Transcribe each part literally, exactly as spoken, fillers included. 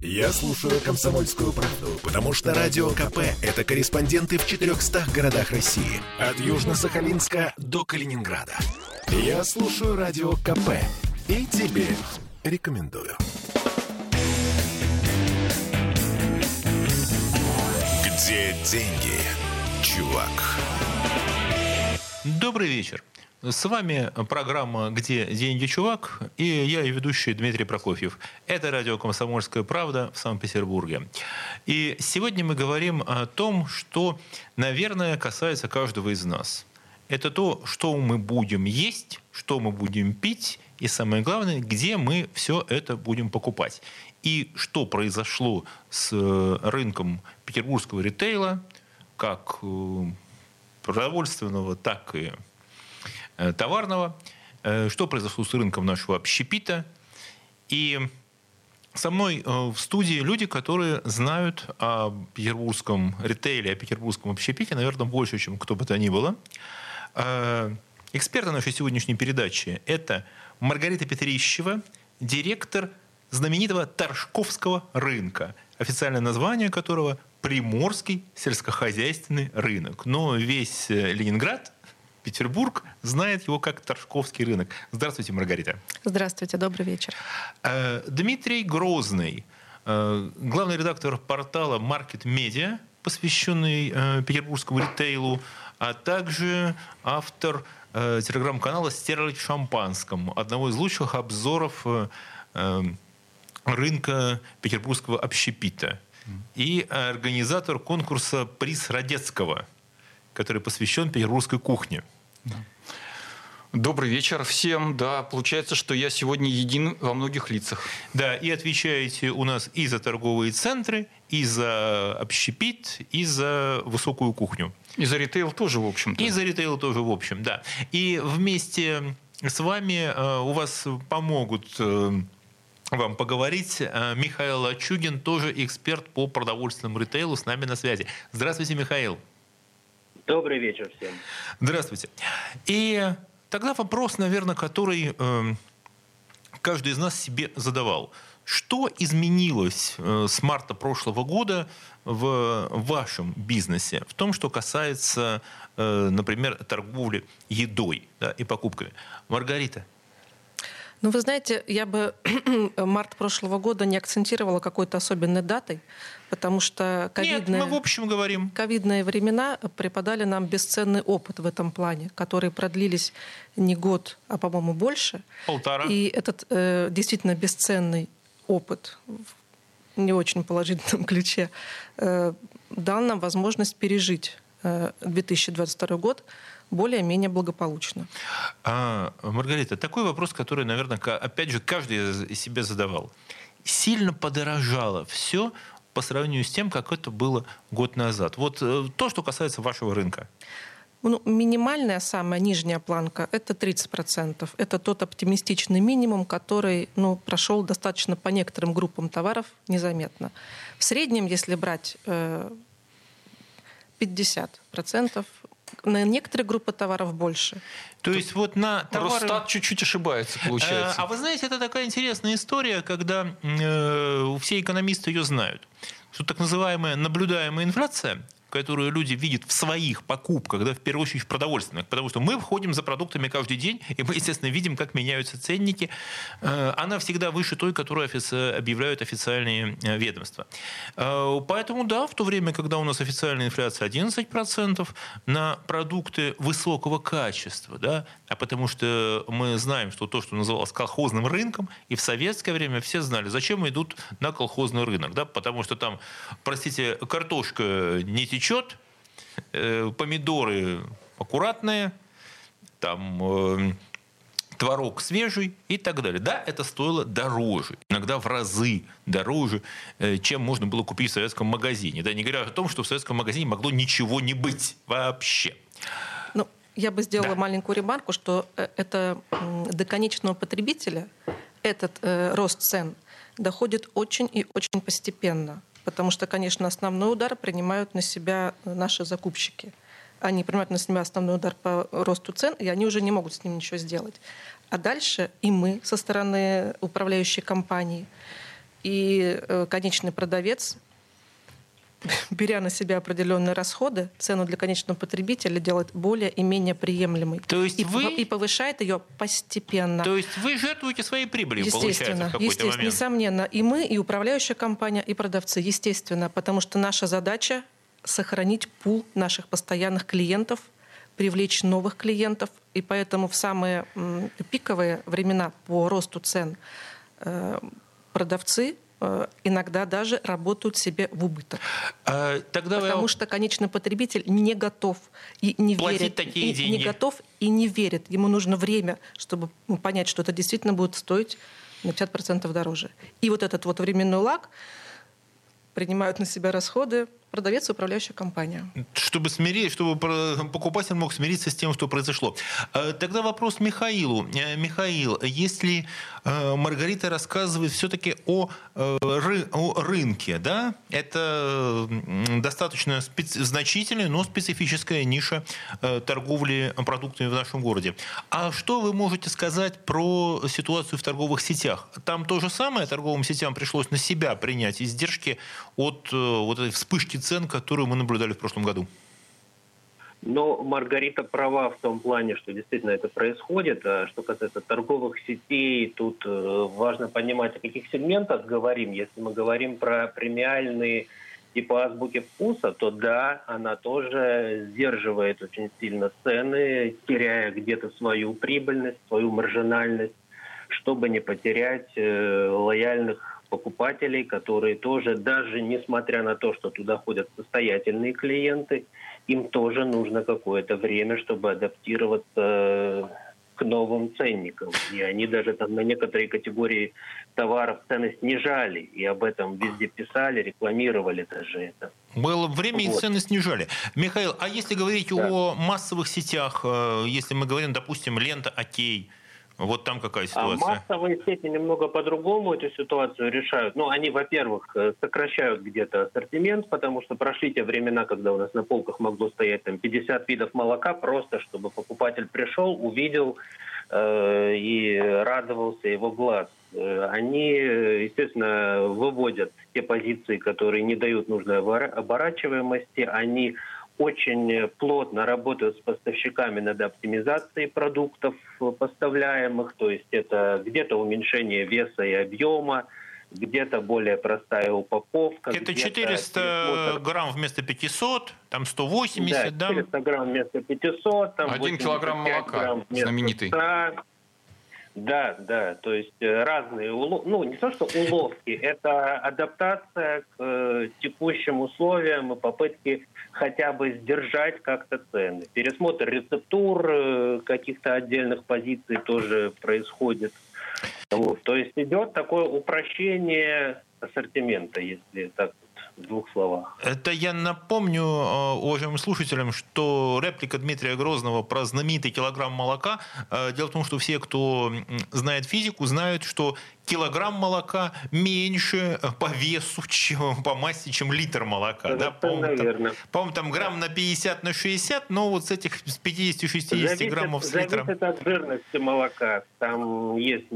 Я слушаю «Комсомольскую правду», потому что Радио КП – это корреспонденты в четырехстах городах России. От Южно-Сахалинска до Калининграда. Я слушаю Радио КП и тебе рекомендую. Где деньги, чувак? Добрый вечер. С вами программа «Где деньги, чувак?» и я, ее ведущий Дмитрий Прокофьев. Это радио «Комсомольская правда» в Санкт-Петербурге. И сегодня мы говорим о том, что, наверное, касается каждого из нас. Это то, что мы будем есть, что мы будем пить, и самое главное, где мы все это будем покупать. И что произошло с рынком петербургского ритейла, как продовольственного, так и товарного, что произошло с рынком нашего общепита. И со мной в студии люди, которые знают о петербургском ритейле, о петербургском общепите, наверное, больше, чем кто бы то ни было. Эксперты нашей сегодняшней передачи – это Маргарита Петрищева, директор знаменитого Торжковского рынка, официальное название которого Приморский сельскохозяйственный рынок. Но весь Ленинград, Петербург знает его как Торжковский рынок. Здравствуйте, Маргарита. Здравствуйте, добрый вечер. Дмитрий Грозный, главный редактор портала Market Media, посвященный петербургскому ритейлу, а также автор телеграм-канала «Стерлядь в шампанском», одного из лучших обзоров рынка петербургского общепита, и организатор конкурса «Приз Радецкого», который посвящен петербургской кухне. Добрый вечер всем. Да, получается, что я сегодня един во многих лицах. Да, и отвечаете у нас и за торговые центры, и за общепит, и за высокую кухню. И за ритейл тоже, в общем-то. И за ритейл тоже, в общем, да. И вместе с вами э, у вас помогут э, вам поговорить э, Михаил Лачугин, тоже эксперт по продовольственному ритейлу, с нами на связи. Здравствуйте, Михаил. Добрый вечер всем. Здравствуйте. И тогда вопрос, наверное, который э, каждый из нас себе задавал. Что изменилось э, с марта прошлого года в вашем бизнесе, в том, что касается, э, например, торговли едой, да, и покупками? Маргарита. Ну, вы знаете, я бы март прошлого года не акцентировала какой-то особенной датой, потому что ковидные, Нет, мы в общем говорим. ковидные времена преподали нам бесценный опыт в этом плане, которые продлились не год, а, по-моему, больше. Полтора. И этот э, действительно бесценный опыт в не очень положительном ключе э, дал нам возможность пережить э, две тысячи двадцать второй год более-менее благополучно. А, Маргарита, такой вопрос, который, наверное, опять же, каждый из себя задавал. Сильно подорожало все по сравнению с тем, как это было год назад. Вот то, что касается вашего рынка. Ну, минимальная, самая нижняя планка – это тридцать процентов. Это тот оптимистичный минимум, который ну, прошел достаточно по некоторым группам товаров незаметно. В среднем, если брать э, пятьдесят процентов, на некоторые группы товаров больше. То есть вот на товары... Росстат чуть-чуть ошибается, получается. А вы знаете, это такая интересная история, когда э, все экономисты ее знают. Что так называемая наблюдаемая инфляция, которую люди видят в своих покупках, да, в первую очередь в продовольственных, потому что мы входим за продуктами каждый день, и мы, естественно, видим, как меняются ценники. Она всегда выше той, которую офици... объявляют официальные ведомства. Поэтому, да, в то время, когда у нас официальная инфляция одиннадцать процентов на продукты высокого качества, да, а потому что мы знаем, что то, что называлось колхозным рынком, и в советское время все знали, зачем идут на колхозный рынок, да, потому что там, простите, картошка не течет, помидоры аккуратные, там э, творог свежий и так далее. Да, это стоило дороже, иногда в разы дороже, э, чем можно было купить в советском магазине. Да, не говоря о том, что в советском магазине могло ничего не быть вообще. Ну, я бы сделала Да. маленькую ремарку, что это до конечного потребителя этот э, рост цен доходит очень и очень постепенно. Потому что, конечно, основной удар принимают на себя наши закупщики. Они принимают на себя основной удар по росту цен, и они уже не могут с ним ничего сделать. А дальше и мы со стороны управляющей компании, И конечный продавец, беря на себя определенные расходы, цену для конечного потребителя делает более и менее приемлемой. То есть и, вы... и повышает ее постепенно. То есть вы жертвуете своей прибылью, получается, в какой-то естественно, момент? Несомненно. И мы, и управляющая компания, и продавцы, естественно. Потому что наша задача — сохранить пул наших постоянных клиентов, привлечь новых клиентов. И поэтому в самые м, пиковые времена по росту цен э, продавцы иногда даже работают себе в убыток. А, тогда Потому вы... что конечный потребитель не готов и не платить верит. такие и, деньги. Не готов и не верит. Ему нужно время, чтобы понять, что это действительно будет стоить на пятьдесят процентов дороже. И вот этот вот временной лаг принимают на себя расходы продавец и управляющая компания. Чтобы смирить, чтобы покупатель мог смириться с тем, что произошло. Тогда вопрос Михаилу. Михаил, если Маргарита рассказывает все-таки о, ры, о рынке, да, это достаточно специ- значительная, но специфическая ниша торговли продуктами в нашем городе. А что вы можете сказать про ситуацию в торговых сетях? Там то же самое, торговым сетям пришлось на себя принять издержки от вот этой вспышки цен, которую мы наблюдали в прошлом году. Но Маргарита права в том плане, что действительно это происходит. Что касается торговых сетей, тут важно понимать, о каких сегментах говорим. Если мы говорим про премиальные типа азбуки вкуса, то да, она тоже сдерживает очень сильно цены, теряя где-то свою прибыльность, свою маржинальность, чтобы не потерять лояльных покупателей, которые тоже, даже несмотря на то, что туда ходят состоятельные клиенты, им тоже нужно какое-то время, чтобы адаптироваться к новым ценникам. И они даже там на некоторые категории товаров цены снижали, и об этом везде писали, рекламировали даже это. Было время, вот. И цены снижали. Михаил, а если говорить да. о массовых сетях, если мы говорим, допустим, лента «Окей», вот там какая ситуация? А массовые сети немного по-другому эту ситуацию решают. Ну, они, во-первых, сокращают где-то ассортимент, потому что прошли те времена, когда у нас на полках могло стоять там пятьдесят видов молока, просто чтобы покупатель пришел, увидел э, и радовался его глаз. Они, естественно, выводят те позиции, которые не дают нужной оборачиваемости, они очень плотно работают с поставщиками над оптимизацией продуктов поставляемых, то есть это где-то уменьшение веса и объема, где-то более простая упаковка. Это четыреста грамм вместо пятисот, там сто восемьдесят, да? четыреста грамм вместо пятисот. Там один килограмм молока, знаменитый. ста. Да, да, то есть разные уловки, ну не то что уловки, это адаптация к э, текущим условиям и попытки хотя бы сдержать как-то цены. Пересмотр рецептур э, каких-то отдельных позиций тоже происходит. Вот. То есть идет такое упрощение ассортимента, если так в двух словах. Это я напомню уважаемым слушателям, что реплика Дмитрия Грозного про знаменитый килограмм молока. Дело в том, что все, кто знает физику, знают, что килограмм молока меньше по весу, чем, по массе, чем литр молока. Да, по-моему, там, по-моему, там грамм на пятьдесят на шестьдесят, но вот с этих с пятидесяти-шестидесяти граммов с литром. Зависит от жирности молока. Там есть,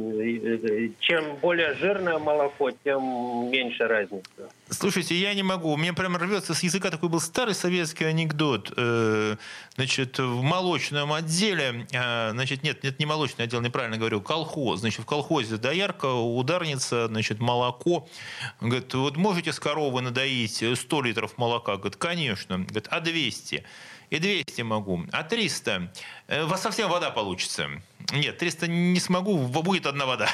чем более жирное молоко, тем меньше разница. Слушайте, я не могу. У меня прямо рвется с языка такой был старый советский анекдот. Значит, в молочном отделе, значит, нет, нет, не молочный отдел, неправильно говорю, колхоз. Значит, в колхозе доярка, ударница, значит, молоко. Говорит, вот можете с коровы надоить сто литров молока? Говорит, конечно. Говорит, а двести? И двести могу. А триста? У вас совсем вода получится. Нет, триста не смогу, будет одна вода.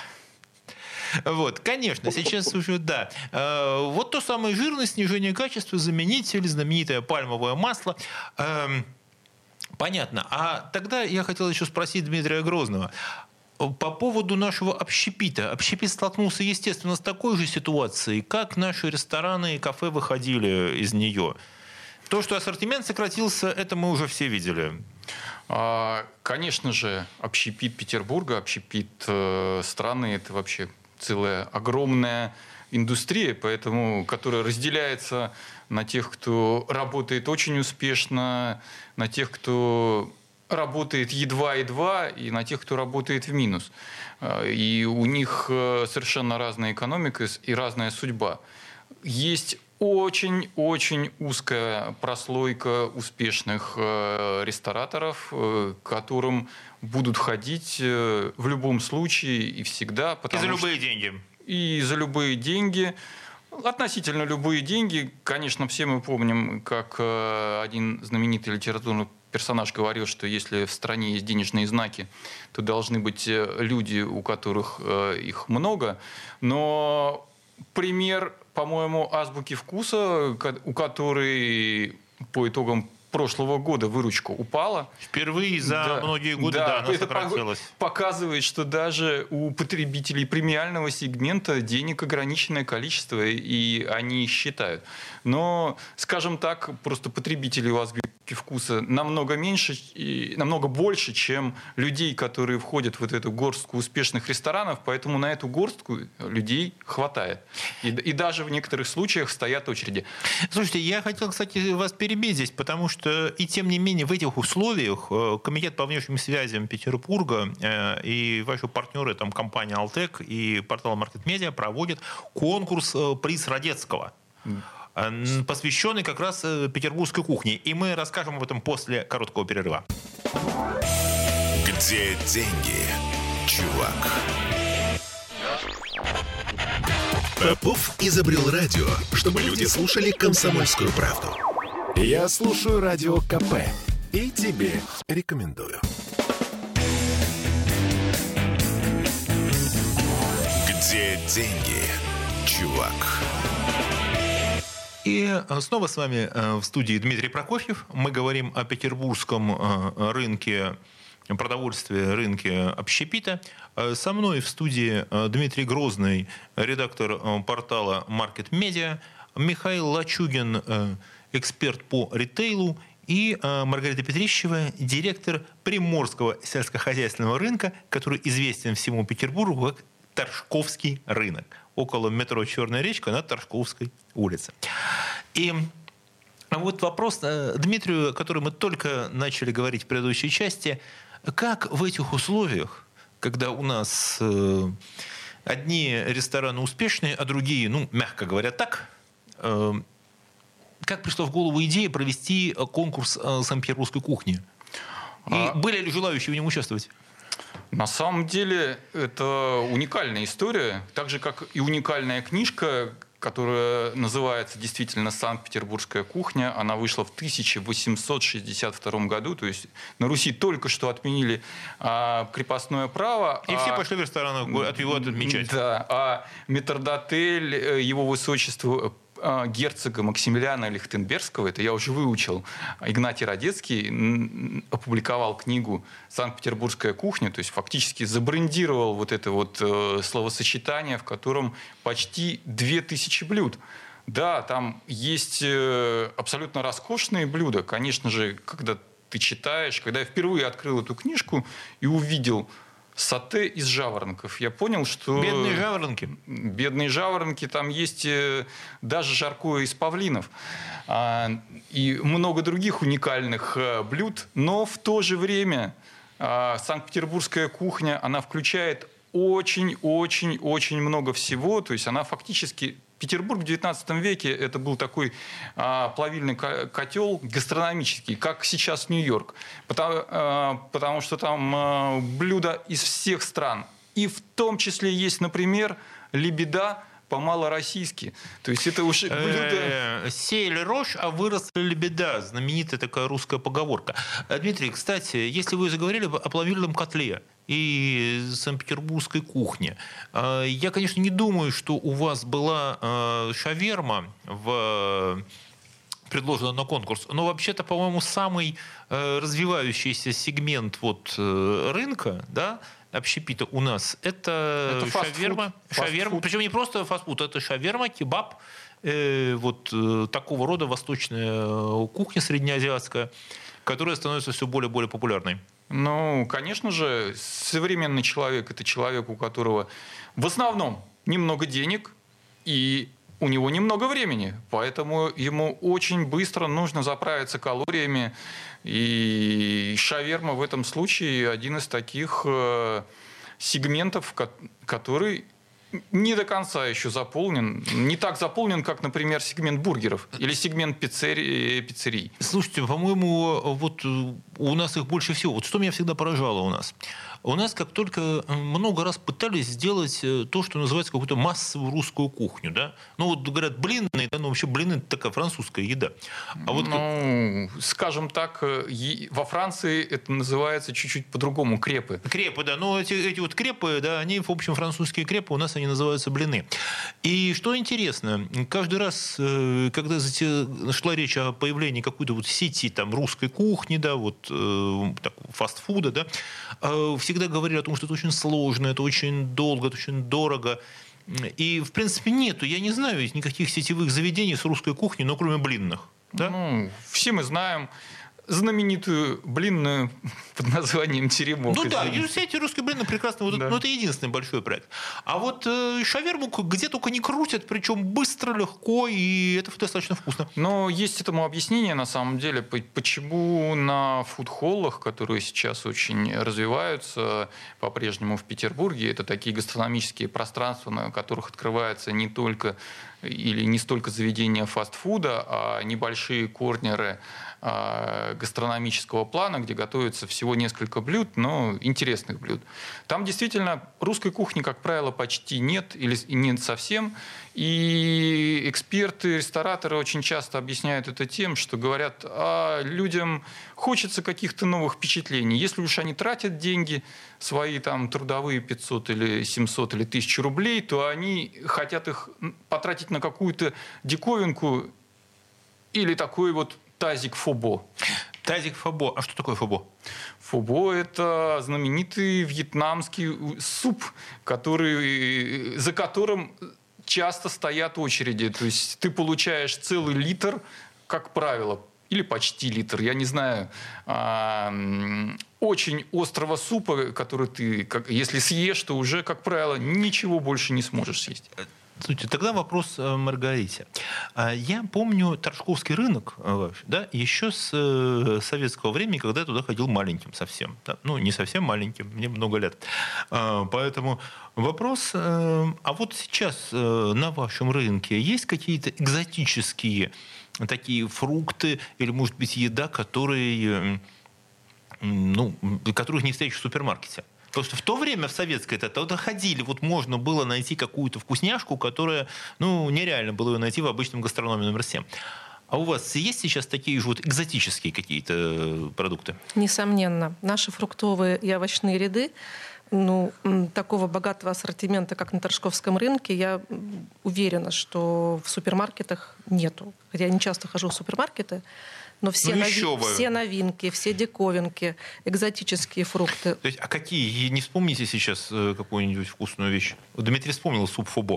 Вот, конечно, сейчас уже, да. Вот то самое жирность, снижение качества, заменитель, знаменитое пальмовое масло. Понятно. А тогда я хотел еще спросить Дмитрия Грозного. По поводу нашего общепита. Общепит столкнулся, естественно, с такой же ситуацией, как наши рестораны и кафе выходили из нее. То, что ассортимент сократился, это мы уже все видели. Конечно же, общепит Петербурга, общепит страны – это вообще целая огромная индустрия, поэтому, которая разделяется на тех, кто работает очень успешно, на тех, кто работает едва-едва, и на тех, кто работает в минус. И у них совершенно разная экономика и разная судьба. Есть очень-очень узкая прослойка успешных рестораторов, к которым будут ходить в любом случае и всегда. И за любые деньги. И за любые деньги. Относительно любые деньги. Конечно, все мы помним, как один знаменитый литературный персонаж говорил, что если в стране есть денежные знаки, то должны быть люди, у которых их много. Но пример, по-моему, азбуки вкуса, у которой по итогам прошлого года выручка упала. Впервые за да, многие годы да, да, она сократилась. Показывает, что даже у потребителей премиального сегмента денег ограниченное количество, и они считают. Но, скажем так, просто потребители у азбуки вкуса намного меньше, и намного больше, чем людей, которые входят в вот эту горстку успешных ресторанов, поэтому на эту горстку людей хватает. И, и даже в некоторых случаях стоят очереди. Слушайте, я хотел, кстати, вас перебить здесь, потому что и тем не менее в этих условиях Комитет по внешним связям Петербурга и ваши партнеры, там компания «Алтек» и портал «Маркет Медиа» проводят конкурс «Приз Радецкого», посвященный как раз петербургской кухне. И мы расскажем об этом после короткого перерыва. Где деньги, чувак? Попов изобрел радио, чтобы люди слушали «Комсомольскую правду». Я слушаю радио КП и тебе рекомендую. Где деньги, чувак? И снова с вами в студии Дмитрий Прокофьев. Мы говорим о петербургском рынке продовольствия, рынке общепита. Со мной в студии Дмитрий Грозный, редактор портала Market Media, Михаил Лачугин, эксперт по ритейлу, и Маргарита Петрищева, директор Приморского сельскохозяйственного рынка, который известен всему Петербургу как Торжковский рынок. Около метро «Черная речка» на Торжковской улице. И вот вопрос Дмитрию, который мы только начали говорить в предыдущей части. Как в этих условиях, когда у нас одни рестораны успешные, а другие, ну, мягко говоря, так, как пришла в голову идея провести конкурс санкт-петербургской кухни? И а... были ли желающие в нем участвовать? На самом деле это уникальная история, так же, как и уникальная книжка, которая называется действительно «Санкт-Петербургская кухня». Она вышла в тысяча восемьсот шестьдесят втором году, то есть на Руси только что отменили а, крепостное право. И а, все пошли в ресторан от его отмечать. Да, а метрдотель, его высочество герцога Максимилиана Лихтенбергского, это я уже выучил, Игнатий Радецкий опубликовал книгу «Санкт-Петербургская кухня», то есть фактически забрендировал вот это вот словосочетание, в котором почти две тысячи блюд. Да, там есть абсолютно роскошные блюда. Конечно же, когда ты читаешь, когда я впервые открыл эту книжку и увидел сате из жаворонков, я понял, что... Бедные жаворонки. Бедные жаворонки. Там есть даже жаркое из павлинов. И много других уникальных блюд. Но в то же время санкт-петербургская кухня, она включает очень-очень-очень много всего. То есть она фактически... Петербург в девятнадцатом веке это был такой а, плавильный котел гастрономический, как сейчас Нью-Йорк. Потому, а, потому что там а, блюда из всех стран. И в том числе есть, например, лебеда по-малороссийски. То есть это уж блюдо... Сеяли рожь, а выросла лебеда. Знаменитая такая русская поговорка. Дмитрий, кстати, если вы заговорили о плавильном котле и санкт-петербургской кухне, я, конечно, не думаю, что у вас была шаверма в... предложена на конкурс, но вообще-то, по-моему, самый развивающийся сегмент вот рынка, да, общепита у нас, это, это шаверма. шаверма. Причем не просто фастфуд, это шаверма, кебаб, э, вот э, такого рода восточная кухня среднеазиатская, которая становится все более и более популярной. Ну, конечно же, современный человек – это человек, у которого в основном немного денег, и у него немного времени, поэтому ему очень быстро нужно заправиться калориями. И шаверма в этом случае один из таких сегментов, который не до конца еще заполнен. Не так заполнен, как, например, сегмент бургеров или сегмент пиццерий. пиццерий. Слушайте, по-моему, вот у нас их больше всего. Вот что меня всегда поражало у нас. У нас как только много раз пытались сделать то, что называется какую-то массовую русскую кухню. Да? Ну вот говорят, блинные, да, ну вообще блины – такая французская еда. А вот ну, скажем так, во Франции это называется чуть-чуть по-другому – крепы. Крепы, да. Но эти, эти вот крепы, да, они, в общем, французские крепы, у нас они называются блины. И что интересно, каждый раз, когда шла речь о появлении какой-то вот сети там, русской кухни, да, вот, так, фастфуда, да, всегда всегда говорили о том, что это очень сложно, это очень долго, это очень дорого. И, в принципе, нету, я не знаю ведь никаких сетевых заведений с русской кухней, но кроме блинных. Да? Ну, все мы знаем знаменитую блинную под названием «Теремок». Ну да, и все эти русские блины прекрасно. Вот, да. Ну, это единственный большой проект. А вот э, шаверму где только не крутят, причем быстро, легко, и это достаточно вкусно. Но есть этому объяснение, на самом деле, почему на фудхоллах, которые сейчас очень развиваются по-прежнему в Петербурге, это такие гастрономические пространства, на которых открывается не только или не столько заведения фастфуда, а небольшие корнеры гастрономического плана, где готовится всего несколько блюд, но интересных блюд. Там действительно русской кухни, как правило, почти нет или нет совсем. И эксперты, рестораторы очень часто объясняют это тем, что говорят, а людям хочется каких-то новых впечатлений. Если уж они тратят деньги, свои там трудовые пятьсот или семьсот или тысячу рублей, то они хотят их потратить на какую-то диковинку или такой вот тазик фобо. Тазик фобо. А что такое фобо? Фобо – это знаменитый вьетнамский суп, который, за которым часто стоят очереди. То есть ты получаешь целый литр, как правило, или почти литр, я не знаю, очень острого супа, который ты, если съешь, то уже, как правило, ничего больше не сможешь съесть. Слушайте, тогда вопрос Маргарите. Я помню Торжковский рынок, да, еще с советского времени, когда я туда ходил маленьким совсем. Да? Ну, не совсем маленьким, мне много лет. Поэтому вопрос, а вот сейчас на вашем рынке есть какие-то экзотические такие фрукты или, может быть, еда, которые, ну, которых не встретишь в супермаркете? Потому что в то время, в советское, это туда ходили, вот можно было найти какую-то вкусняшку, которая, ну, нереально было ее найти в обычном гастрономе номер семь. А у вас есть сейчас такие же вот экзотические какие-то продукты? Несомненно. Наши фруктовые и овощные ряды, ну, такого богатого ассортимента, как на Торжковском рынке, я уверена, что в супермаркетах нету. Хотя я не часто хожу в супермаркеты, но все, ну, нови... все новинки, все диковинки, экзотические фрукты. То есть, а какие? Не вспомните сейчас какую-нибудь вкусную вещь. Дмитрий вспомнил суп фобо.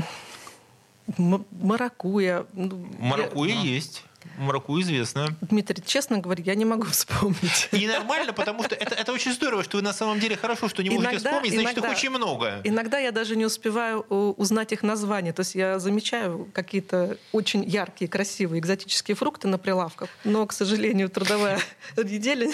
М- маракуйя. Маракуйя я... есть. Маракуйя известно. Дмитрий, честно говоря, я не могу вспомнить. И нормально, потому что это, это очень здорово, что вы на самом деле хорошо, что не можете иногда, вспомнить, значит, иногда, их очень много. Иногда я даже не успеваю узнать их название. То есть я замечаю какие-то очень яркие, красивые, экзотические фрукты на прилавках, но, к сожалению, трудовая неделя...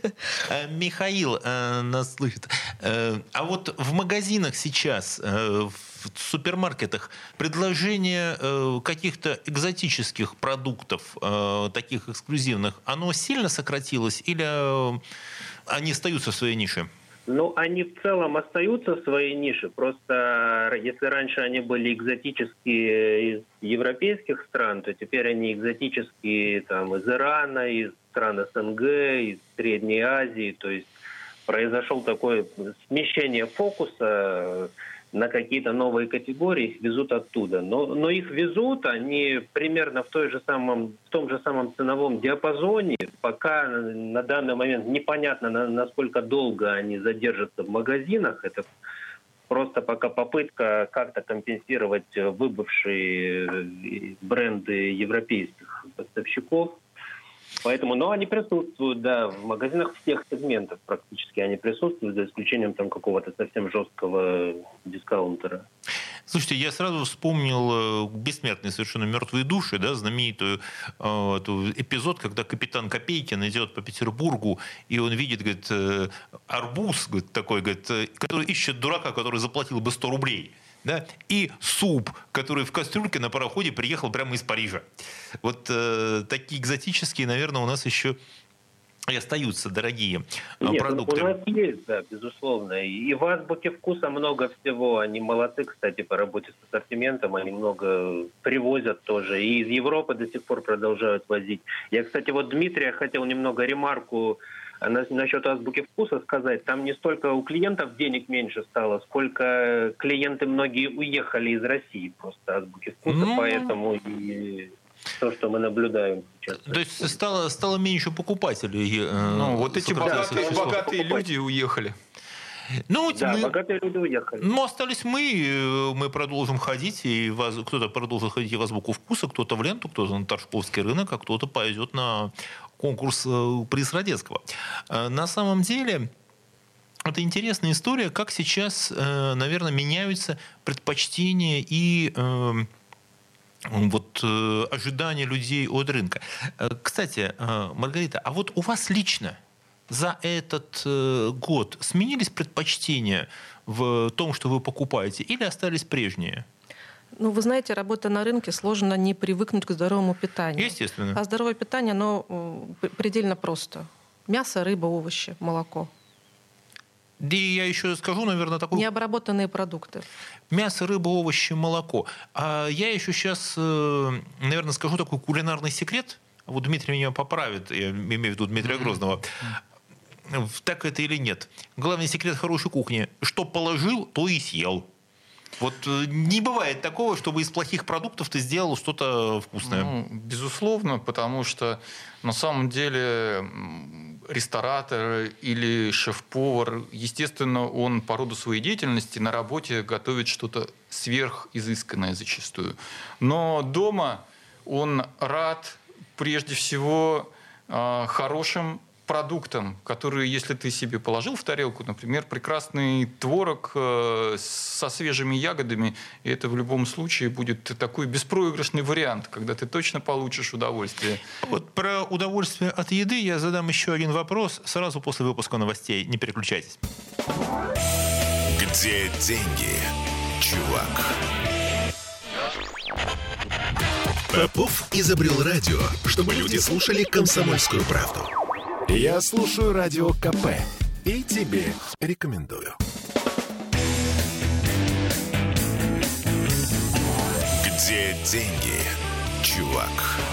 Михаил нас слышит. А вот в магазинах сейчас, в в супермаркетах предложение э, каких-то экзотических продуктов, э, таких эксклюзивных, оно сильно сократилось или э, они остаются в своей нише? Ну, они в целом остаются в своей нише. Просто если раньше они были экзотические из европейских стран, то теперь они экзотические там, из Ирана, из стран СНГ, из Средней Азии. То есть произошел такое смещение фокуса на какие-то новые категории, их везут оттуда. Но, но их везут, они примерно в, той же самом, в том же самом ценовом диапазоне. Пока на данный момент непонятно, на, насколько долго они задержатся в магазинах. Это просто пока попытка как-то компенсировать выбывшие бренды европейских поставщиков. Поэтому, но они присутствуют, да, в магазинах всех сегментов практически они присутствуют, за исключением там какого-то совсем жесткого дискаунтера. Слушайте, я сразу вспомнил бессмертные совершенно «Мертвые души», да, знаменитую э, эпизод, когда капитан Копейкин идет по Петербургу, и он видит, говорит, э, арбуз, говорит, такой, говорит, э, который ищет дурака, который заплатил бы сто рублей. Да, и суп, который в кастрюльке на пароходе приехал прямо из Парижа. Вот э, такие экзотические, наверное, у нас еще и остаются дорогие Нет, продукты. У нас есть, да, безусловно. И в азбуке вкуса много всего. Они молодцы, кстати, по работе с ассортиментом. Они много привозят тоже. И из Европы до сих пор продолжают возить. Я, кстати, вот Дмитрия хотел немного ремарку насчет азбуки вкуса сказать. Там не столько у клиентов денег меньше стало, сколько клиенты многие уехали из России просто азбуки вкуса, ну... поэтому и то, что мы наблюдаем сейчас. То есть стало, стало меньше покупателей. Ну, вот эти богатые, богатые люди уехали. Ну, да, мы, богатые люди уехали. Ну, остались мы, мы продолжим ходить, и в, кто-то продолжит ходить в азбуку вкуса, кто-то в ленту, кто-то на Торжковский рынок, а кто-то пойдет на конкурс приз Радецкого. На самом деле, это интересная история, как сейчас, наверное, меняются предпочтения и вот ожидания людей от рынка. Кстати, Маргарита, а вот у вас лично за этот э, год сменились предпочтения в том, что вы покупаете, или остались прежние? Ну, вы знаете, работа на рынке, сложно не привыкнуть к здоровому питанию. Естественно. А здоровое питание, оно предельно просто. Мясо, рыба, овощи, молоко. Да и я еще скажу, наверное, такой... Необработанные продукты. Мясо, рыба, овощи, молоко. А я еще сейчас, наверное, скажу такой кулинарный секрет. Вот Дмитрий меня поправит, я имею в виду Дмитрия Грозного. Так это или нет? Главный секрет хорошей кухни. Что положил, то и съел. Вот не бывает такого, чтобы из плохих продуктов ты сделал что-то вкусное. Ну, безусловно, потому что на самом деле ресторатор или шеф-повар, естественно, он по роду своей деятельности на работе готовит что-то сверхизысканное зачастую. Но дома он рад прежде всего хорошим продуктам, которые, если ты себе положил в тарелку, например, прекрасный творог со свежими ягодами, и это в любом случае будет такой беспроигрышный вариант, когда ты точно получишь удовольствие. Вот про удовольствие от еды я задам еще один вопрос сразу после выпуска новостей. Не переключайтесь. Где деньги, чувак? Попов изобрел радио, чтобы люди слушали «Комсомольскую правду». Я слушаю Радио КП и тебе рекомендую. Где деньги, чувак?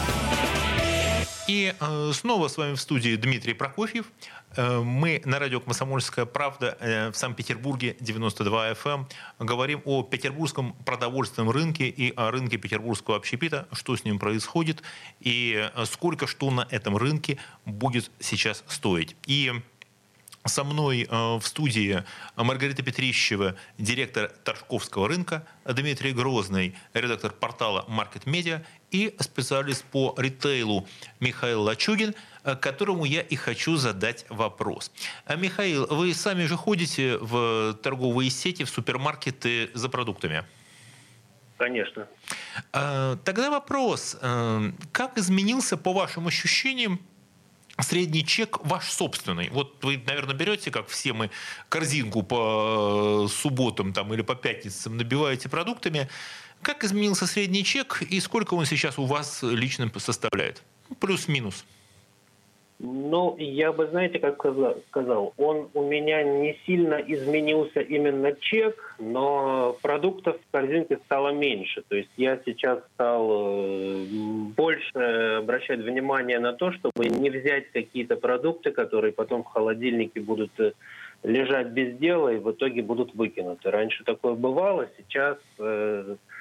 И э, снова с вами в студии Дмитрий Прокофьев. Э, мы на радио «Комсомольская правда» э, в Санкт-Петербурге девяносто два эф эм говорим о петербургском продовольственном рынке и о рынке петербургского общепита, что с ним происходит и сколько что на этом рынке будет сейчас стоить. И со мной э, в студии Маргарита Петрищева, директор Торжковского рынка, Дмитрий Грозный, редактор портала Market Media, и специалист по ритейлу Михаил Лачугин, которому я и хочу задать вопрос. А, Михаил, вы сами же ходите в торговые сети, в супермаркеты за продуктами? Конечно. А, тогда вопрос. Как изменился, по вашим ощущениям, средний чек ваш собственный? Вот вы, наверное, берете, как все мы, корзинку по субботам там, или по пятницам, набиваете продуктами. Как изменился средний чек и сколько он сейчас у вас лично составляет? Плюс-минус. Ну, я бы, знаете, как сказал, он у меня не сильно изменился именно чек, но продуктов в корзинке стало меньше. То есть я сейчас стал больше обращать внимание на то, чтобы не взять какие-то продукты, которые потом в холодильнике будут лежать без дела и в итоге будут выкинуты. Раньше такое бывало, сейчас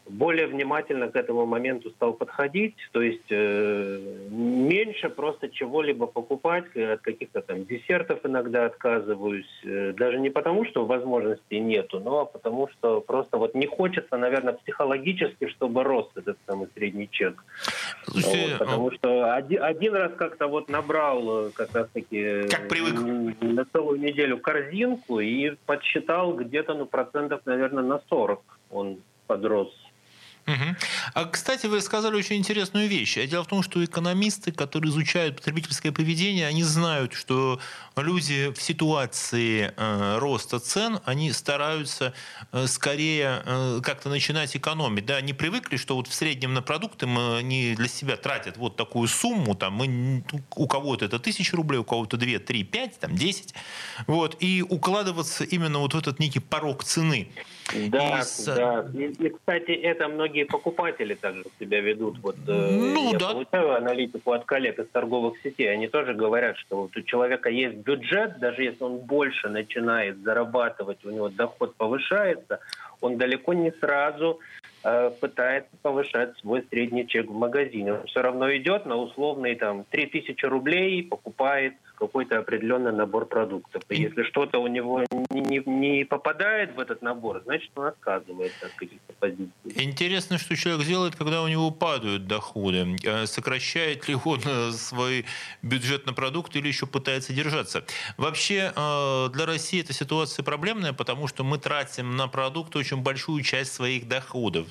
более внимательно к этому моменту стал подходить, то есть э, меньше просто чего-либо покупать, от каких-то там десертов иногда отказываюсь, э, даже не потому, что возможности нету, но потому что просто вот не хочется, наверное, психологически, чтобы рос этот самый средний чек. Слушайте, вот, потому что один, один раз как-то вот набрал как раз-таки как привык. на целую неделю корзинку и подсчитал где-то, ну, процентов, наверное, на сорок он подрос. Угу. А, кстати, вы сказали очень интересную вещь. Дело в том, что экономисты, которые изучают потребительское поведение, они знают, что люди в ситуации э, роста цен, они стараются э, скорее э, как-то начинать экономить. Да? Они привыкли, что вот в среднем на продукты мы, они для себя тратят вот такую сумму, там, мы, у кого-то это тысяча рублей, у кого-то две, три, пять, там, десять. Вот, и укладываться именно вот в этот некий порог цены. Да, и, да. И, и, кстати, это многие покупатели также себя ведут. Вот, ну, я да. получаю аналитику от коллег из торговых сетей. Они тоже говорят, что вот у человека есть бюджет, даже если он больше начинает зарабатывать, у него доход повышается, он далеко не сразу э, пытается повышать свой средний чек в магазине. Он все равно идет на условные там три тысячи рублей, покупает какой-то определенный набор продуктов. И если что-то у него не, не, не попадает в этот набор, значит, он отказывается от каких-то позиций. Интересно, что человек делает, когда у него падают доходы. Сокращает ли он свой бюджет на продукты или еще пытается держаться? Вообще, для России эта ситуация проблемная, потому что мы тратим на продукты очень большую часть своих доходов.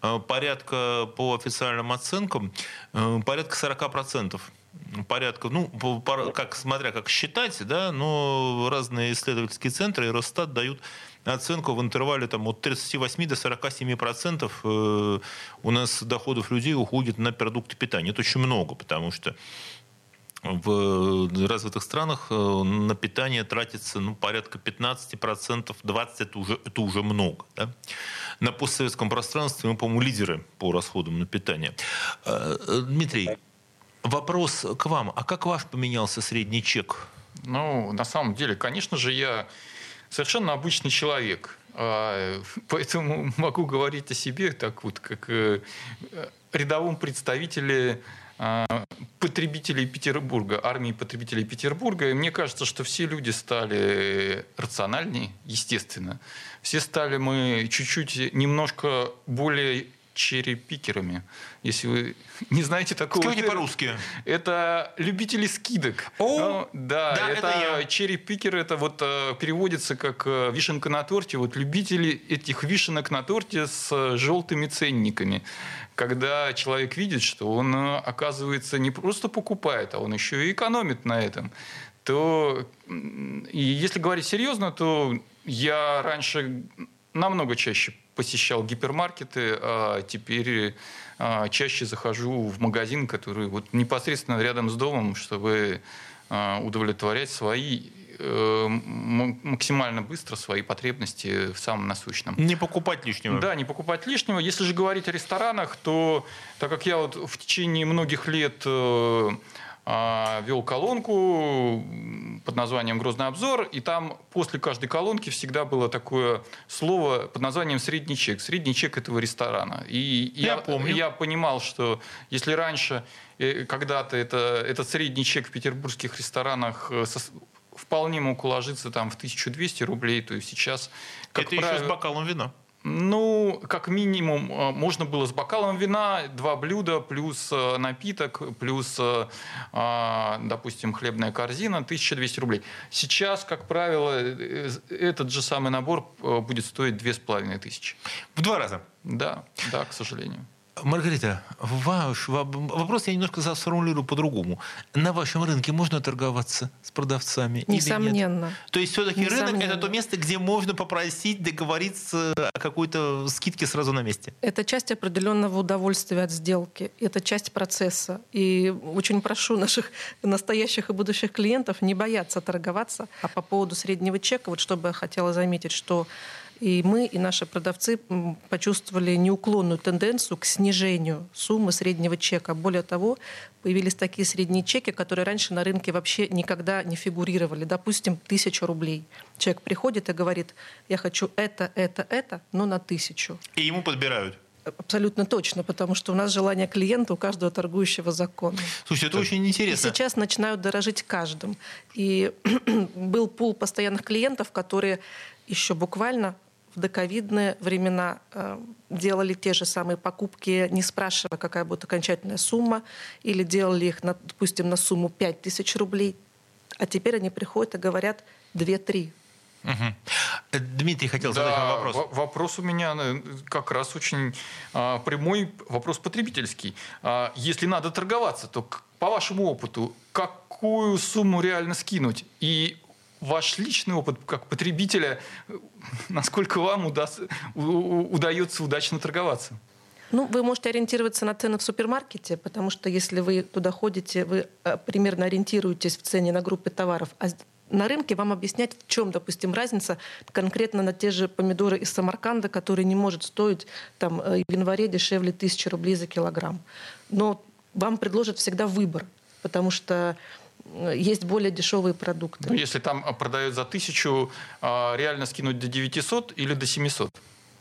Порядка, по официальным оценкам, порядка сорок процентов. Порядка, ну, как, смотря как считать, да, но разные исследовательские центры и Росстат дают оценку в интервале там, от тридцати восьми до сорока семи процентов у нас доходов людей уходит на продукты питания. Это очень много, потому что в развитых странах на питание тратится ну, порядка пятнадцать процентов, двадцать процентов это уже, это уже много. Да? На постсоветском пространстве мы, по-моему, лидеры по расходам на питание. Дмитрий, вопрос к вам. А как ваш поменялся средний чек? Ну, на самом деле, конечно же, я совершенно обычный человек. Поэтому могу говорить о себе так вот, как рядовом представителе потребителей Петербурга, армии потребителей Петербурга. И мне кажется, что все люди стали рациональнее, естественно. Все стали мы чуть-чуть немножко более черри-пикерами. Если вы не знаете такого... Скажите по-русски. Это любители скидок. О, ну, да, да, это, это черри-пикер, это вот переводится как вишенка на торте. Вот любители этих вишенок на торте с желтыми ценниками. Когда человек видит, что он, оказывается, не просто покупает, а он еще и экономит на этом, то, и если говорить серьезно, то я раньше намного чаще посещал гипермаркеты, а теперь а, чаще захожу в магазин, который вот непосредственно рядом с домом, чтобы а, удовлетворять свои э, максимально быстро свои потребности в самом насущном. Не покупать лишнего. Да, не покупать лишнего. Если же говорить о ресторанах, то так как я вот в течение многих лет э, вел колонку под названием «Грозный обзор», и там после каждой колонки всегда было такое слово под названием «средний чек». Средний чек этого ресторана. И я, я, помню. я понимал, что если раньше когда-то это, этот средний чек в петербургских ресторанах вполне мог уложиться там, в тысячу двести рублей, то сейчас... Как это правило, еще с бокалом вина. Ну, как минимум, можно было с бокалом вина, два блюда, плюс напиток, плюс, допустим, хлебная корзина, тысяча двести рублей. Сейчас, как правило, этот же самый набор будет стоить две с половиной тысячи. В два раза? Да, да, к сожалению. Маргарита, ваш вопрос я немножко сформулирую по-другому. На вашем рынке можно торговаться с продавцами? Несомненно. Или нет? То есть все-таки рынок – это то место, где можно попросить договориться о какой-то скидке сразу на месте? Это часть определенного удовольствия от сделки. Это часть процесса. И очень прошу наших настоящих и будущих клиентов не бояться торговаться. А по поводу среднего чека, вот что бы я хотела заметить, что и мы, и наши продавцы почувствовали неуклонную тенденцию к снижению суммы среднего чека. Более того, появились такие средние чеки, которые раньше на рынке вообще никогда не фигурировали. Допустим, тысяча рублей. Человек приходит и говорит: я хочу это, это, это, но на тысячу. И ему подбирают? абсолютно точно, потому что у нас желание клиента у каждого торгующего законно. Слушайте, это очень интересно. И сейчас начинают дорожить каждым. И был пул постоянных клиентов, которые еще буквально в доковидные времена э, делали те же самые покупки, не спрашивая, какая будет окончательная сумма, или делали их, на, допустим, на сумму пять тысяч рублей, а теперь они приходят и говорят две-три. Угу. Дмитрий хотел задать да, вам вопрос. Вопрос у меня как раз очень а, прямой, вопрос потребительский. А, если надо торговаться, то по вашему опыту, какую сумму реально скинуть? И ваш личный опыт как потребителя, насколько вам удастся, удается удачно торговаться? Ну, вы можете ориентироваться на цены в супермаркете, потому что если вы туда ходите, вы примерно ориентируетесь в цене на группы товаров, а на рынке вам объяснять, в чем, допустим, разница конкретно на те же помидоры из Самарканда, которые не может стоить там, в январе дешевле тысячи рублей за килограмм. Но вам предложат всегда выбор, потому что есть более дешевые продукты. Но если там продают за тысячу, реально скинуть до девятисот или до семисот?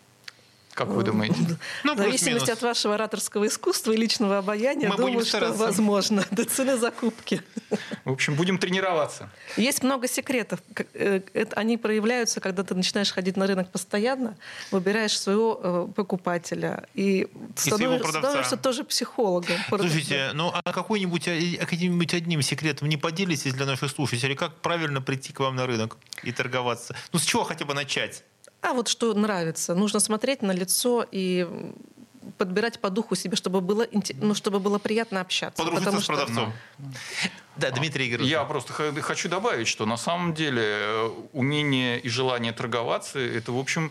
Как вы думаете? Ну, в зависимости от вашего ораторского искусства и личного обаяния, Мы думаю, что возможно. До цены закупки. В общем, будем тренироваться. Есть много секретов. Они проявляются, когда ты начинаешь ходить на рынок постоянно, выбираешь своего покупателя и, и становишься, становишься тоже психологом. Слушайте, ну а какой-нибудь, каким-нибудь одним секретом не поделитесь для наших слушателей? Как правильно прийти к вам на рынок и торговаться? Ну, с чего хотя бы начать? А вот что нравится. Нужно смотреть на лицо и подбирать по духу себе, чтобы было, ну, чтобы было приятно общаться. Подружиться с что... продавцом. Да, Дмитрий Игоревич. Я просто хочу добавить, что на самом деле умение и желание торговаться – это, в общем,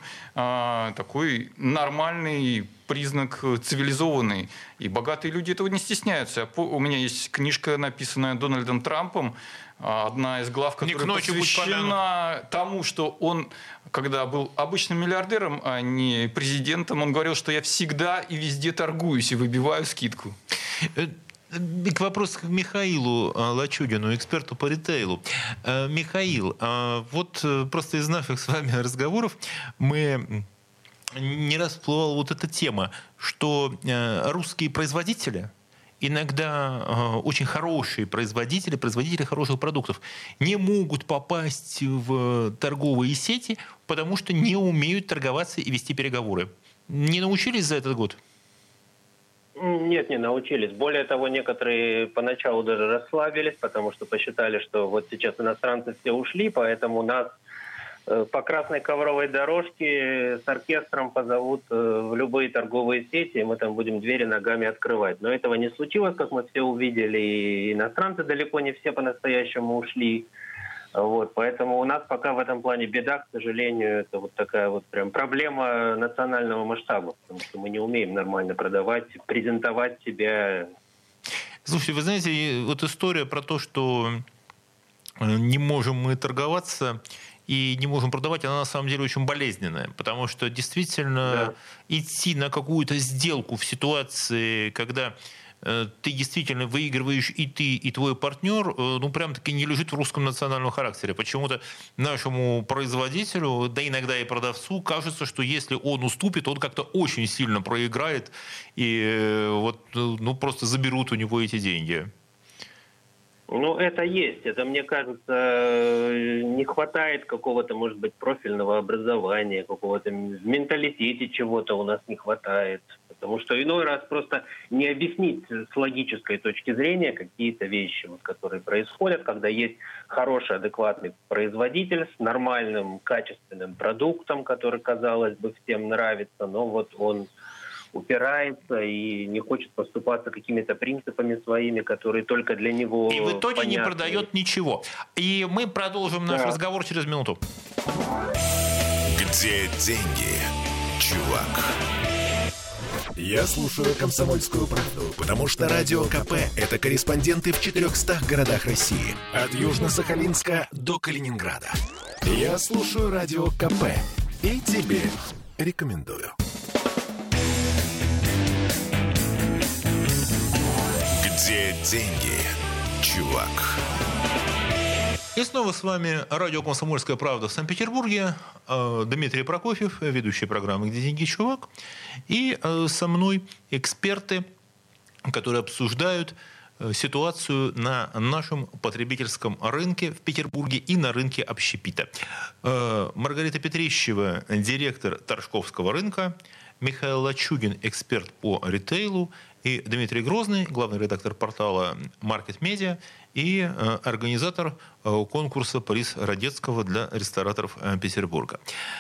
такой нормальный признак цивилизованный. И богатые люди этого не стесняются. У меня есть книжка, написанная Дональдом Трампом, одна из глав, которая посвящена тому, что он, когда был обычным миллиардером, а не президентом, он говорил, что я всегда и везде торгуюсь и выбиваю скидку. К вопросу к Михаилу Лачугину, эксперту по ритейлу. Михаил, вот просто из наших с вами разговоров мы не раз всплывала вот эта тема, что русские производители, иногда очень хорошие производители, производители хороших продуктов, не могут попасть в торговые сети, потому что не умеют торговаться и вести переговоры. Не научились за этот год? Нет, не научились. Более того, некоторые поначалу даже расслабились, потому что посчитали, что вот сейчас иностранцы все ушли, поэтому нас по красной ковровой дорожке с оркестром позовут в любые торговые сети, и мы там будем двери ногами открывать. Но этого не случилось, как мы все увидели, и иностранцы далеко не все по-настоящему ушли. Вот, поэтому у нас пока в этом плане беда, к сожалению, это вот такая вот прям проблема национального масштаба, потому что мы не умеем нормально продавать, презентовать себя. Слушайте, вы знаете, вот история про то, что не можем мы торговаться и не можем продавать, она на самом деле очень болезненная, потому что действительно да. идти на какую-то сделку в ситуации, когда э, ты действительно выигрываешь и ты, и твой партнер, э, ну прям-таки не лежит в русском национальном характере. Почему-то нашему производителю, да иногда и продавцу, кажется, что если он уступит, он как-то очень сильно проиграет, и э, вот, ну, просто заберут у него эти деньги. Ну, это есть. Это, мне кажется, не хватает какого-то, может быть, профильного образования, какого-то в менталитете чего-то у нас не хватает. Потому что иной раз просто не объяснить с логической точки зрения какие-то вещи, вот, которые происходят, когда есть хороший, адекватный производитель с нормальным, качественным продуктом, который, казалось бы, всем нравится, но вот он упирается и не хочет поступаться какими-то принципами своими, которые только для него и в итоге понятны. Не продает ничего. И мы продолжим наш да. разговор через минуту. Где деньги, чувак? Я слушаю «Комсомольскую правду», потому что Радио КП – это корреспонденты в четырехстах городах России. От Южно-Сахалинска до Калининграда. Я слушаю Радио КП и тебе рекомендую. Где деньги, чувак? И снова с вами радио «Комсомольская правда» в Санкт-Петербурге. Дмитрий Прокофьев, ведущий программы «Где деньги, чувак». И со мной эксперты, которые обсуждают ситуацию на нашем потребительском рынке в Петербурге и на рынке общепита. Маргарита Петрищева, директор Торжковского рынка, Михаил Лачугин, эксперт по ритейлу, и Дмитрий Грозный, главный редактор портала Market Media и организатор конкурса «Приз Радецкого» для рестораторов Петербурга.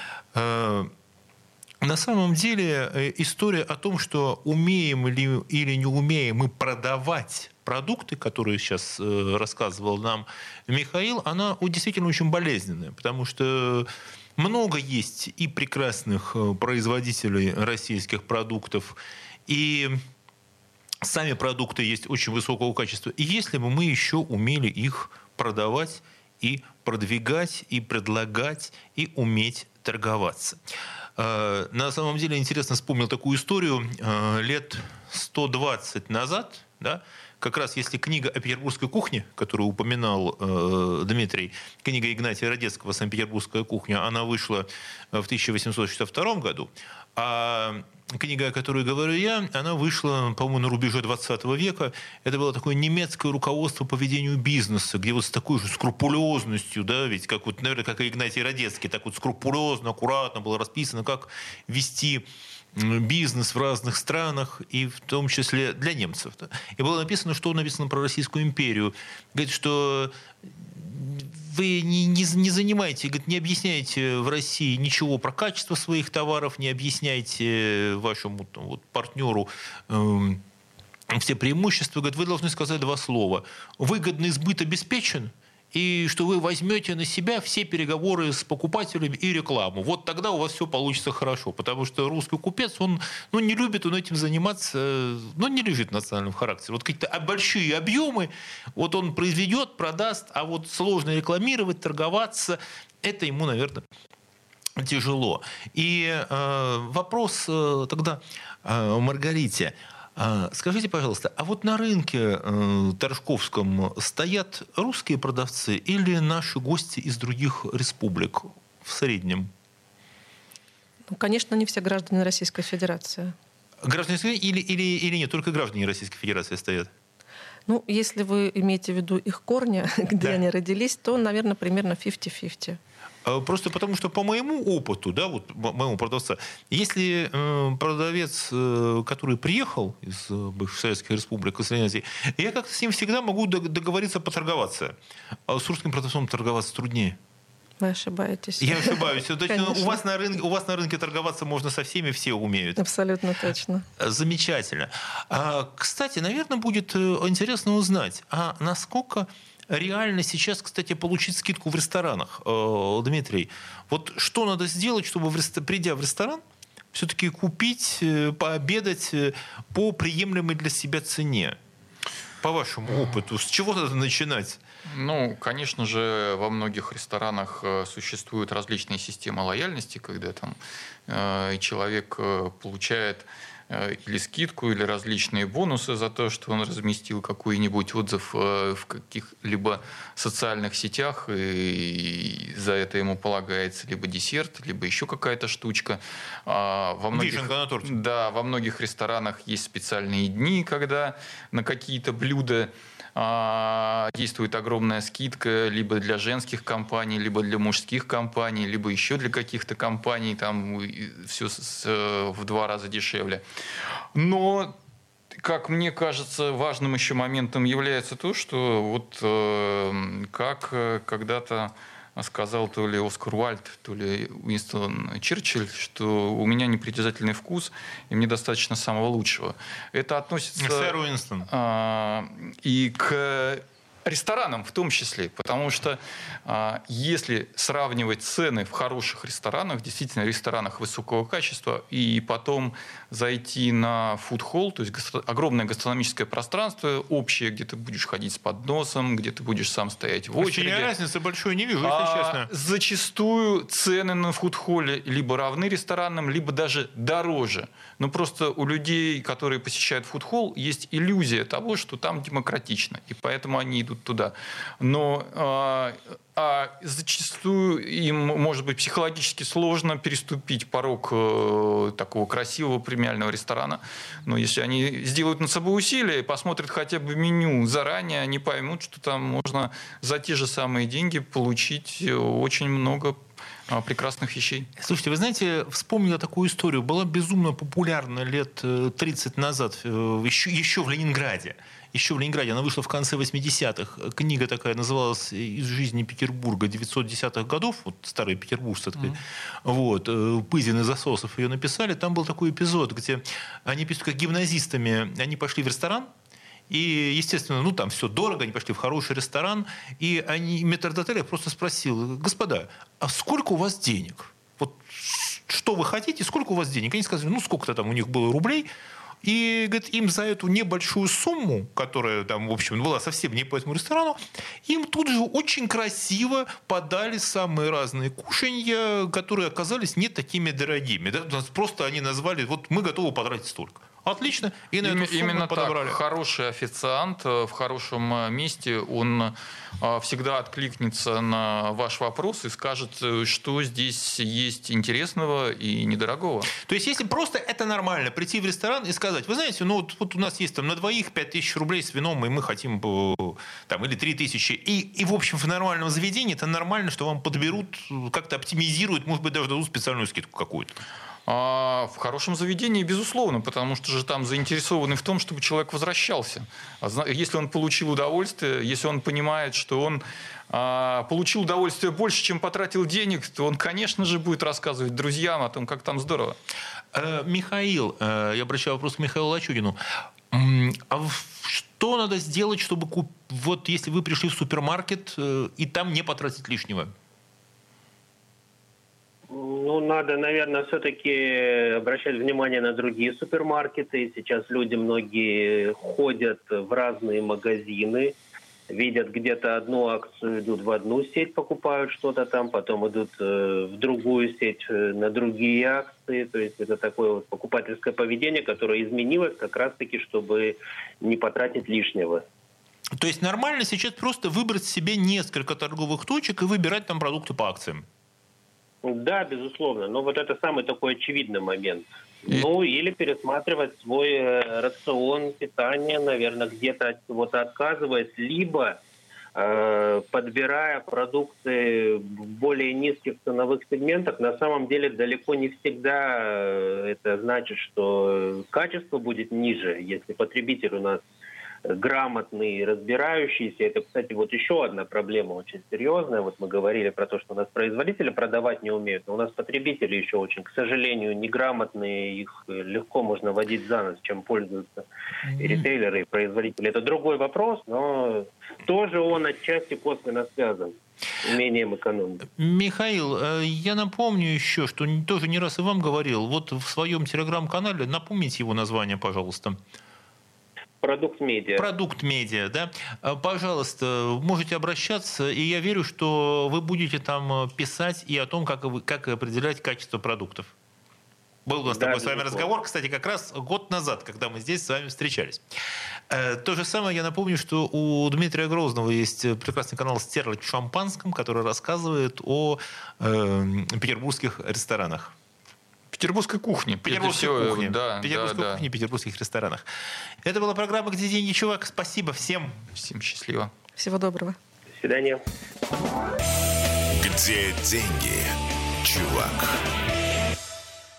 На самом деле история о том, что умеем ли или не умеем мы продавать продукты, которые сейчас рассказывал нам Михаил, она действительно очень болезненная, потому что много есть и прекрасных производителей российских продуктов, и сами продукты есть очень высокого качества. И если бы мы еще умели их продавать и продвигать, и предлагать, и уметь торговаться. На самом деле интересно вспомнил такую историю лет сто двадцать назад, да, как раз если книга о петербургской кухне, которую упоминал э, Дмитрий, книга Игнатия Радецкого «Санкт-Петербургская кухня», она вышла в тысяча восемьсот шестьдесят втором году, а книга, о которой говорю я, она вышла, по-моему, на рубеже двадцатого века. Это было такое немецкое руководство по ведению бизнеса, где вот с такой же скрупулезностью, да, ведь как вот, наверное, как и Игнатий Радецкий, так вот скрупулезно, аккуратно было расписано, как вести бизнес в разных странах, и в том числе для немцев. И было написано, что написано про Российскую империю. Говорит, что вы не, не, не занимаете, говорит, не объясняете в России ничего про качество своих товаров, не объясняете вашему там, вот, партнеру э, все преимущества. Говорит, вы должны сказать два слова. Выгодный сбыт обеспечен, и что вы возьмете на себя все переговоры с покупателями и рекламу. Вот тогда у вас все получится хорошо. Потому что русский купец, он ну, не любит он этим заниматься, ну, не лежит в национальном характере. Вот какие-то большие объемы вот он произведет, продаст, а вот сложно рекламировать, торговаться, это ему, наверное, тяжело. И э, вопрос э, тогда э, Маргарите. Скажите, пожалуйста, а вот на рынке э, Торжковском стоят русские продавцы или наши гости из других республик в среднем? Ну, конечно, не все граждане Российской Федерации. Граждане или, или, или нет, только граждане Российской Федерации стоят? Ну, если вы имеете в виду их корни, где да. они родились, то, наверное, примерно пятьдесят на пятьдесят. Просто потому, что по моему опыту, да, вот моему продавца, если э, продавец, э, который приехал из бывших советских республик, из Азии, я как-то с ним всегда могу договориться поторговаться. А с русским продавцом торговаться труднее. Вы ошибаетесь. Я ошибаюсь. у, вас на рынке, у вас на рынке торговаться можно со всеми, все умеют. Абсолютно точно. Замечательно. А, кстати, наверное, будет интересно узнать, а насколько реально сейчас, кстати, получить скидку в ресторанах, Дмитрий. Вот что надо сделать, чтобы, придя в ресторан, все-таки купить, пообедать по приемлемой для себя цене? По вашему опыту, с чего надо начинать? Ну, конечно же, во многих ресторанах существуют различные системы лояльности, когда там э, человек получает или скидку, или различные бонусы за то, что он разместил какой-нибудь отзыв в каких-либо социальных сетях, и за это ему полагается либо десерт, либо еще какая-то штучка. Во многих, да, во многих ресторанах есть специальные дни, когда на какие-то блюда действует огромная скидка либо для женских компаний, либо для мужских компаний, либо еще для каких-то компаний, там все в два раза дешевле. Но, как мне кажется, важным еще моментом является то, что вот как когда-то сказал то ли Оскар Уайльд, то ли Уинстон Черчилль, что у меня непритязательный вкус, и мне достаточно самого лучшего. Это относится Сэр Уинстон. А, и к ресторанам в том числе, потому что а, если сравнивать цены в хороших ресторанах, действительно ресторанах высокого качества, и потом зайти на фуд-холл, то есть гастро- огромное гастрономическое пространство общее, где ты будешь ходить с подносом, где ты будешь сам стоять в очереди. Я разницы большой не вижу, если а, честно. Зачастую цены на фуд-холле либо равны ресторанным, либо даже дороже. Но просто у людей, которые посещают фуд-холл, есть иллюзия того, что там демократично, и поэтому они идут едут туда. Но а, а зачастую им, может быть, психологически сложно переступить порог э, такого красивого премиального ресторана. Но если они сделают над собой усилия и посмотрят хотя бы меню заранее, они поймут, что там можно за те же самые деньги получить очень много прекрасных вещей. Слушайте, вы знаете, вспомнила такую историю. Была безумно популярна лет тридцать назад, еще, еще в Ленинграде. Еще в Ленинграде. Она вышла в конце восьмидесятых. Книга такая называлась «Из жизни Петербурга девятисотдесятых годов». Вот старые петербуржцы. Mm-hmm. Вот. Пызин и Засосов ее написали. Там был такой эпизод, где они пишут, как гимназистами. Они пошли в ресторан. И, естественно, ну там все дорого, они пошли в хороший ресторан, и они, метрдотель просто спросил: господа, а сколько у вас денег? Вот что вы хотите, сколько у вас денег? Они сказали, ну сколько-то там у них было рублей. И, говорит, им за эту небольшую сумму, которая там, в общем, была совсем не по этому ресторану, им тут же очень красиво подали самые разные кушанья, которые оказались не такими дорогими. Да? Просто они назвали, вот мы готовы потратить столько. Отлично. И на эту сумму именно подобрали. Так. Хороший официант в хорошем месте, он всегда откликнется на ваш вопрос и скажет, что здесь есть интересного и недорогого. То есть, если просто это нормально, прийти в ресторан и сказать, вы знаете, ну вот, вот у нас есть там на двоих пять тысяч рублей с вином, и мы хотим там, или три тысячи. И, и, в общем, в нормальном заведении это нормально, что вам подберут, как-то оптимизируют, может быть, даже дадут специальную скидку какую-то. А в хорошем заведении, безусловно, потому что же там заинтересованы в том, чтобы человек возвращался. Если он получил удовольствие, если он понимает, что он а, получил удовольствие больше, чем потратил денег, то он, конечно же, будет рассказывать друзьям о том, как там здорово. Э, Михаил, э, я обращаю вопрос к Михаилу Лачудину. А что надо сделать, чтобы, куп... вот если вы пришли в супермаркет э, и там не потратить лишнего? Ну, надо, наверное, все-таки обращать внимание на другие супермаркеты. Сейчас люди многие ходят в разные магазины, видят где-то одну акцию, идут в одну сеть, покупают что-то там, потом идут в другую сеть на другие акции. То есть это такое вот покупательское поведение, которое изменилось как раз-таки, чтобы не потратить лишнего. То есть нормально сейчас просто выбрать себе несколько торговых точек и выбирать там продукты по акциям? Да, безусловно. Но вот это самый такой очевидный момент. И... Ну, или пересматривать свой э, рацион питания, наверное, где-то от чего-то отказываясь, либо э, подбирая продукты в более низких ценовых сегментах. На самом деле далеко не всегда это значит, что качество будет ниже, если потребитель у нас грамотный, разбирающийся. Это, кстати, вот еще одна проблема очень серьезная. Вот мы говорили про то, что у нас производители продавать не умеют, но у нас потребители еще очень, к сожалению, неграмотные. Их легко можно водить за нос, чем пользуются mm-hmm. и ритейлеры, и производители. Это другой вопрос, но тоже он отчасти косвенно связан с умением экономить. Михаил, я напомню еще, что тоже не раз и вам говорил, вот в своем телеграм-канале, напомните его название, пожалуйста. Продукт медиа. Продукт медиа, да. Пожалуйста, можете обращаться, и я верю, что вы будете там писать и о том, как, вы, как определять качество продуктов. Был у нас да, такой с вами разговор, кстати, как раз год назад, когда мы здесь с вами встречались. То же самое я напомню, что у Дмитрия Грозного есть прекрасный канал «Стерлядь в шампанском», который рассказывает о э, петербургских ресторанах. Петербургской кухне. Петербургской всего, кухне. Да, Петербургской да, кухне, да. петербургских ресторанах. Это была программа «Где деньги, чувак?». Спасибо всем. Всем счастливо. Всего доброго. До свидания. Где деньги, чувак?